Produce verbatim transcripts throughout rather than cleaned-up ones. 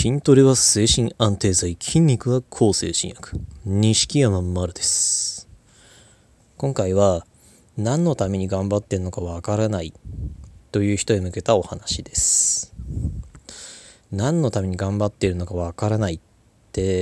筋トレは精神安定剤、筋肉は抗精神薬。錦山丸です。今回は何のために頑張ってんのかわからないという人へ向けたお話です。何のために頑張っているのかわからないって、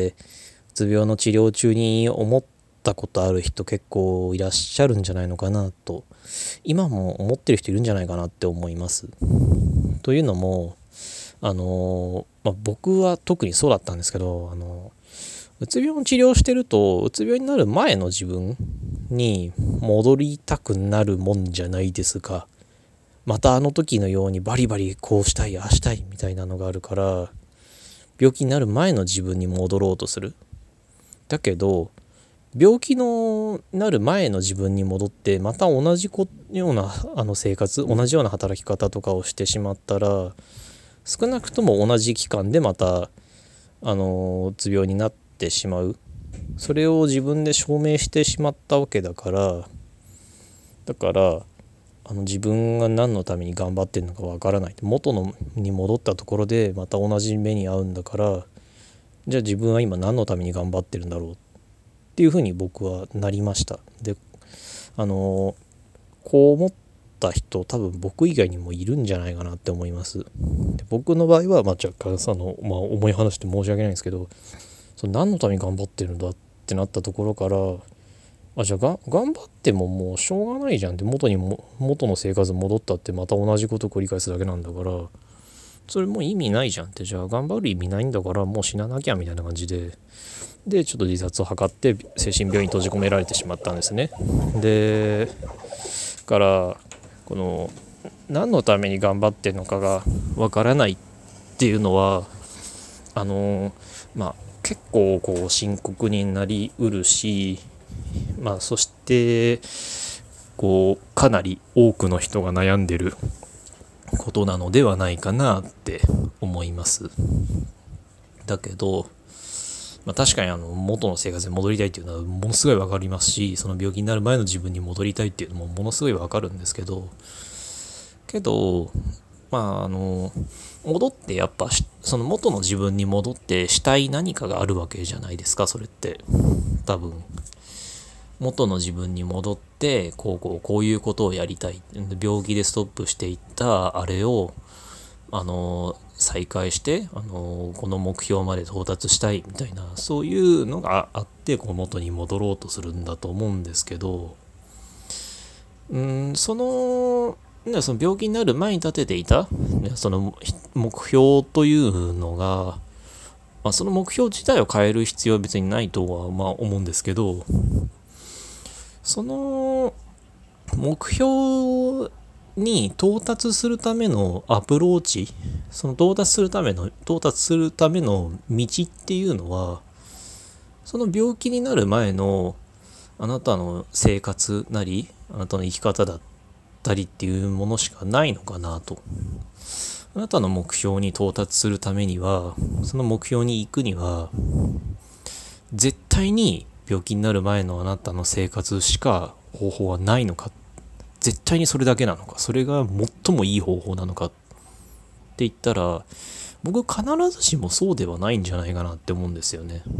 うつ病の治療中に思ったことある人結構いらっしゃるんじゃないのかなと、今も思ってる人いるんじゃないかなって思います。というのもあのまあ、僕は特にそうだったんですけど、あのうつ病の治療してると、うつ病になる前の自分に戻りたくなるもんじゃないですか。またあの時のようにバリバリこうしたいああしたいみたいなのがあるから、病気になる前の自分に戻ろうとする。だけど病気のなる前の自分に戻ってまた同じようなあの生活、同じような働き方とかをしてしまったら、少なくとも同じ期間でまたあのうつ病になってしまう。それを自分で証明してしまったわけだからだからあの自分が何のために頑張ってるのかわからない。元のに戻ったところでまた同じ目に遭うんだから、じゃあ自分は今何のために頑張ってるんだろうっていうふうに僕はなりました。であのこう思った人多分僕以外にもいるんじゃないかなって思います。で僕の場合は、まあ、若干その、まあ、思い話して申し訳ないんですけど、その何のために頑張ってるんだってなったところから、あじゃあが頑張ってももうしょうがないじゃんって、元にも元の生活戻ったってまた同じことを繰り返すだけなんだから、それもう意味ないじゃんって、じゃあ頑張る意味ないんだからもう死ななきゃみたいな感じででちょっと自殺を図って精神病院に閉じ込められてしまったんですね。でからこの何のために頑張ってるのかがわからないっていうのは、あのまあ結構こう深刻になりうるし、まあそしてこうかなり多くの人が悩んでることなのではないかなって思います。だけど、まあ、確かにあの元の生活に戻りたいっていうのはものすごいわかりますし、その病気になる前の自分に戻りたいっていうのもものすごいわかるんですけどけどまああの戻ってやっぱその元の自分に戻ってしたい何かがあるわけじゃないですか。それって多分元の自分に戻ってこうこうこういうことをやりたい、病気でストップしていったあれをあの再開してあのこの目標まで到達したいみたいな、そういうのがあってこう元に戻ろうとするんだと思うんですけど、うんそのその病気になる前に立てていたその目標というのが、まあ、その目標自体を変える必要は別にないとはまあ思うんですけど、その目標に到達するためのアプローチ、その到達するための到達するための道っていうのは、その病気になる前のあなたの生活なりあなたの生き方だったりっていうものしかないのかなと。あなたの目標に到達するためには、その目標に行くには絶対に病気になる前のあなたの生活しか方法はないのか、絶対にそれだけなのか、それが最もいい方法なのかって言ったら、僕必ずしもそうではないんじゃないかなって思うんですよね。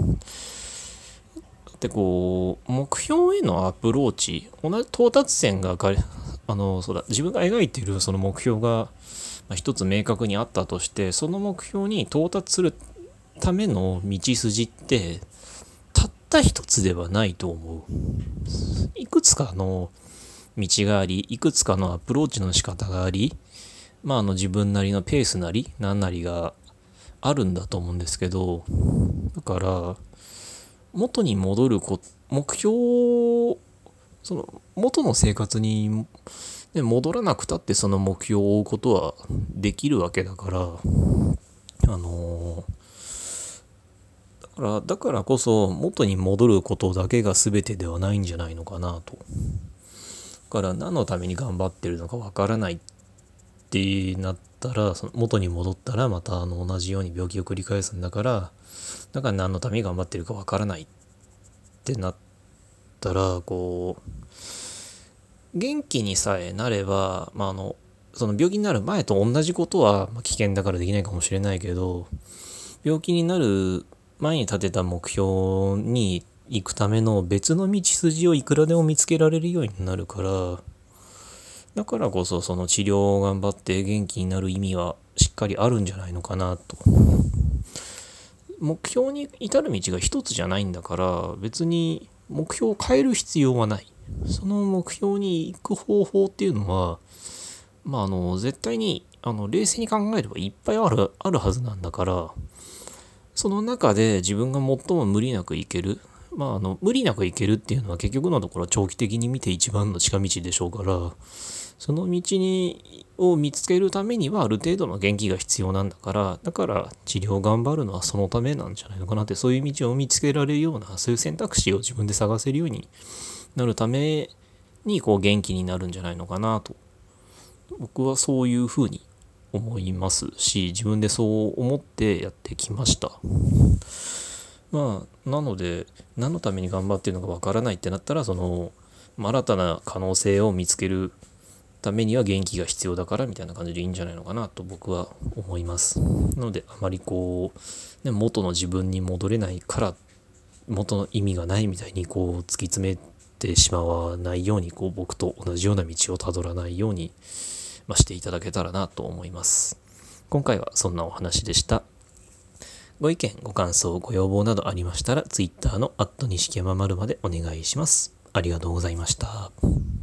でこう目標へのアプローチ、同じ到達線があのそうだ自分が描いているその目標が一つ明確にあったとして、その目標に到達するための道筋ってたった一つではないと思う。いくつかの道があり、いくつかのアプローチの仕方があり、まあ、あの自分なりのペースなり何なりがあるんだと思うんですけど、だから元に戻るこ目標、その元の生活に、ね、戻らなくたってその目標を追うことはできるわけだから、あのだからだからこそ元に戻ることだけが全てではないんじゃないのかなと。だから何のために頑張ってるのかわからないってなったら、その元に戻ったらまたあの同じように病気を繰り返すんだから、だから何のために頑張ってるかわからないってなったら、こう元気にさえなれば、まあ、あのその病気になる前と同じことは危険だからできないかもしれないけど、 病気になる前に立てた目標に行くための別の道筋をいくらでも見つけられるようになるから、だからこそその治療を頑張って元気になる意味はしっかりあるんじゃないのかなと。目標に至る道が一つじゃないんだから、別に目標を変える必要はない。その目標に行く方法っていうのは、まああの絶対にあの冷静に考えればいっぱいあるあるはずなんだから、その中で自分が最も無理なくいける、まああの無理なくいけるっていうのは結局のところ長期的に見て一番の近道でしょうから、その道にを見つけるためにはある程度の元気が必要なんだから、だから治療を頑張るのはそのためなんじゃないのかなって、そういう道を見つけられるような、そういう選択肢を自分で探せるようになるためにこう元気になるんじゃないのかなと、僕はそういうふうに思いますし、自分でそう思ってやってきました。まあなので何のために頑張ってるのかわからないってなったら、その新たな可能性を見つけるためには元気が必要だからみたいな感じでいいんじゃないのかなと僕は思います。なのであまりこう、ね、元の自分に戻れないから元の意味がないみたいにこう突き詰めてしまわないように、こう僕と同じような道をたどらないように、まあ、していただけたらなと思います。今回はそんなお話でした。ご意見ご感想ご要望などありましたら Twitter のアット錦山丸までお願いします。ありがとうございました。